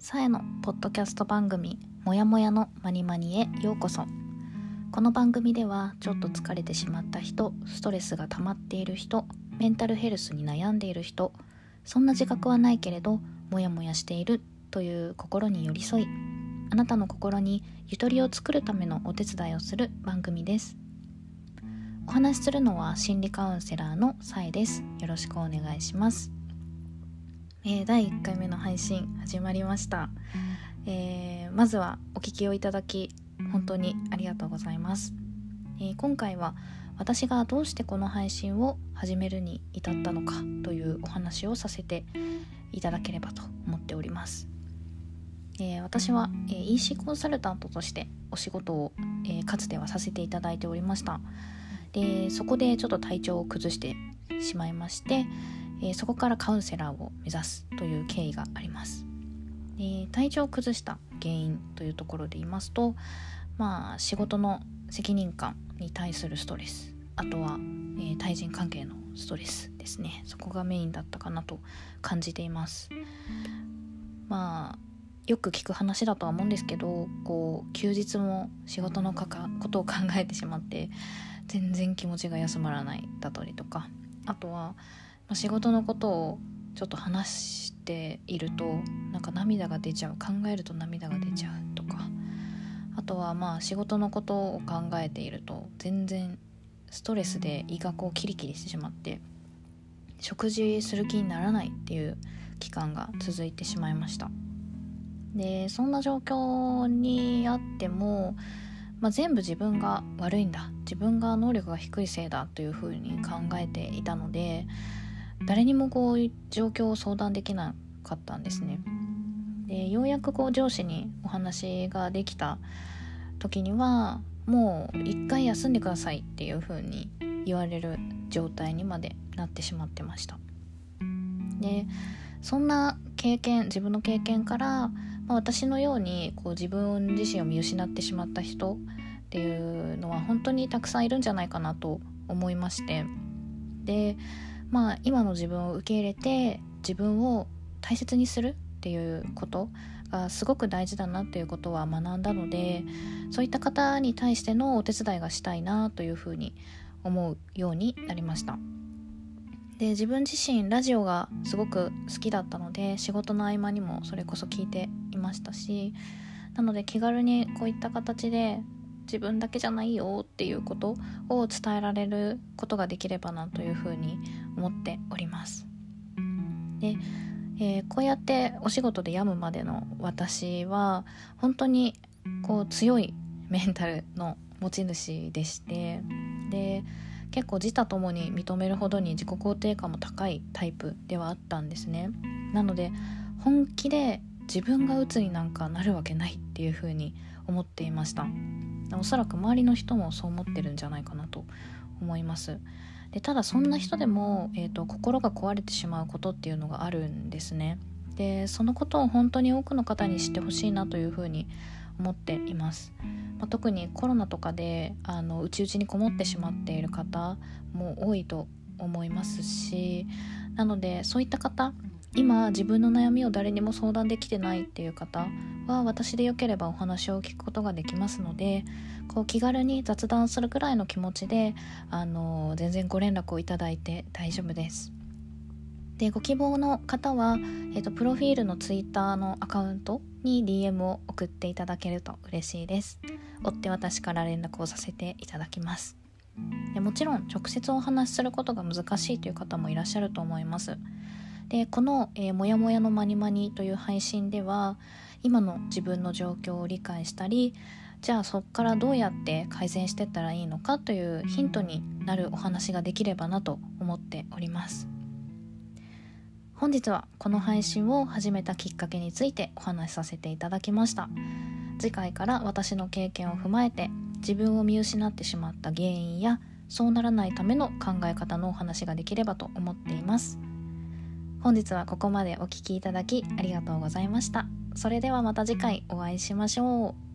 さえのポッドキャスト番組もやもやのまにまにへようこそ。この番組ではちょっと疲れてしまった人、ストレスが溜まっている人、メンタルヘルスに悩んでいる人、そんな自覚はないけれどもやもやしているという心に寄り添い、あなたの心にゆとりを作るためのお手伝いをする番組です。お話しするのは心理カウンセラーのさえです。よろしくお願いします。第1回目の配信始まりました。まずはお聞きをいただき本当にありがとうございます。今回は私がどうしてこの配信を始めるに至ったのかというお話をさせていただければと思っております。私は、EC コンサルタントとしてお仕事を、かつてはさせていただいておりました。でそこでちょっと体調を崩してしまいまして、そこからカウンセラーを目指すという経緯があります。体調を崩した原因というところで言いますと、仕事の責任感に対するストレス、あとは、対人関係のストレスですね。そこがメインだったかなと感じています。よく聞く話だとは思うんですけど、休日も仕事のことを考えてしまって全然気持ちが休まらないだったりとか、あとは仕事のことをちょっと話していると涙が出ちゃう、考えると涙が出ちゃうとか、あとは仕事のことを考えていると全然ストレスで胃がキリキリしてしまって食事する気にならないっていう期間が続いてしまいました。でそんな状況にあっても、全部自分が悪いんだ、自分が能力が低いせいだというふうに考えていたので、誰にもこういう状況を相談できなかったんですね。でようやく上司にお話ができた時にはもう一回休んでくださいっていうふうに言われる状態にまでなってしまってました。でそんな自分の経験から、私のように自分自身を見失ってしまった人っていうのは本当にたくさんいるんじゃないかなと思いまして、で今の自分を受け入れて自分を大切にするっていうことがすごく大事だなっていうことは学んだので、そういった方に対してのお手伝いがしたいなというふうに思うようになりました。で自分自身ラジオがすごく好きだったので、仕事の合間にもそれこそ聞いていましたし、なので気軽にこういった形で自分だけじゃないよっていうことを伝えられることができればなというふうに思っております。で、こうやってお仕事で病むまでの私は本当に強いメンタルの持ち主でして、で結構自他ともに認めるほどに自己肯定感も高いタイプではあったんですね。なので本気で自分が鬱になんかなるわけないっていうふうに思っていました。おそらく周りの人もそう思ってるんじゃないかなと思います。でただそんな人でも、心が壊れてしまうことっていうのがあるんですね。でそのことを本当に多くの方に知ってほしいなというふうに思っています。特にコロナとかで内々にこもってしまっている方も多いと思いますし、なのでそういった方、今自分の悩みを誰にも相談できてないっていう方は、私でよければお話を聞くことができますので、気軽に雑談するくらいの気持ちで全然ご連絡をいただいて大丈夫です。でご希望の方は、プロフィールのツイッターのアカウントに DM を送っていただけると嬉しいです。追って私から連絡をさせていただきます。でもちろん直接お話しすることが難しいという方もいらっしゃると思います。でこの、もやもやのまにまにという配信では、今の自分の状況を理解したり、じゃあそこからどうやって改善していったらいいのかというヒントになるお話ができればなと思っております。本日はこの配信を始めたきっかけについてお話しさせていただきました。次回から私の経験を踏まえて自分を見失ってしまった原因やそうならないための考え方のお話ができればと思っています。本日はここまでお聞きいただきありがとうございました。それではまた次回お会いしましょう。